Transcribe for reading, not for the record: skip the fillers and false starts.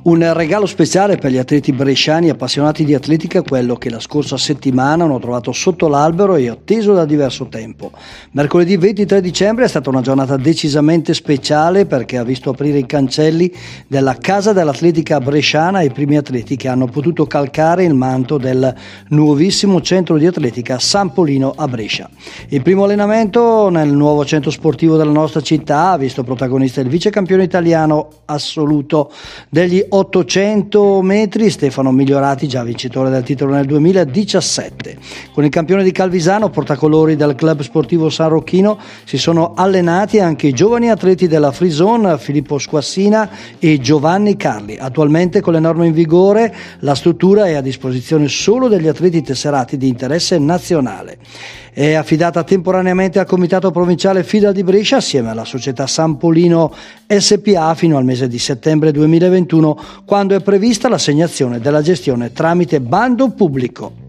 Un regalo speciale per gli atleti bresciani appassionati di atletica è quello che la scorsa settimana hanno trovato sotto l'albero e atteso da diverso tempo. Mercoledì 23 dicembre è stata una giornata decisamente speciale perché ha visto aprire i cancelli della Casa dell'Atletica Bresciana ai primi atleti che hanno potuto calcare il manto del nuovissimo centro di atletica San Polino a Brescia. Il primo allenamento nel nuovo centro sportivo della nostra città ha visto protagonista il vicecampione italiano assoluto degli 800 metri Stefano Migliorati, già vincitore del titolo nel 2017. Con il campione di Calvisano, portacolori del club sportivo San Rocchino, si sono allenati anche i giovani atleti della Free Zone Filippo Squassina e Giovanni Carli. Attualmente, con le norme in vigore, la struttura è a disposizione solo degli atleti tesserati di interesse nazionale. È affidata temporaneamente al Comitato Provinciale FIDAL di Brescia assieme alla società San Polino SPA fino al mese di settembre 2021, quando è prevista l'assegnazione della gestione tramite bando pubblico.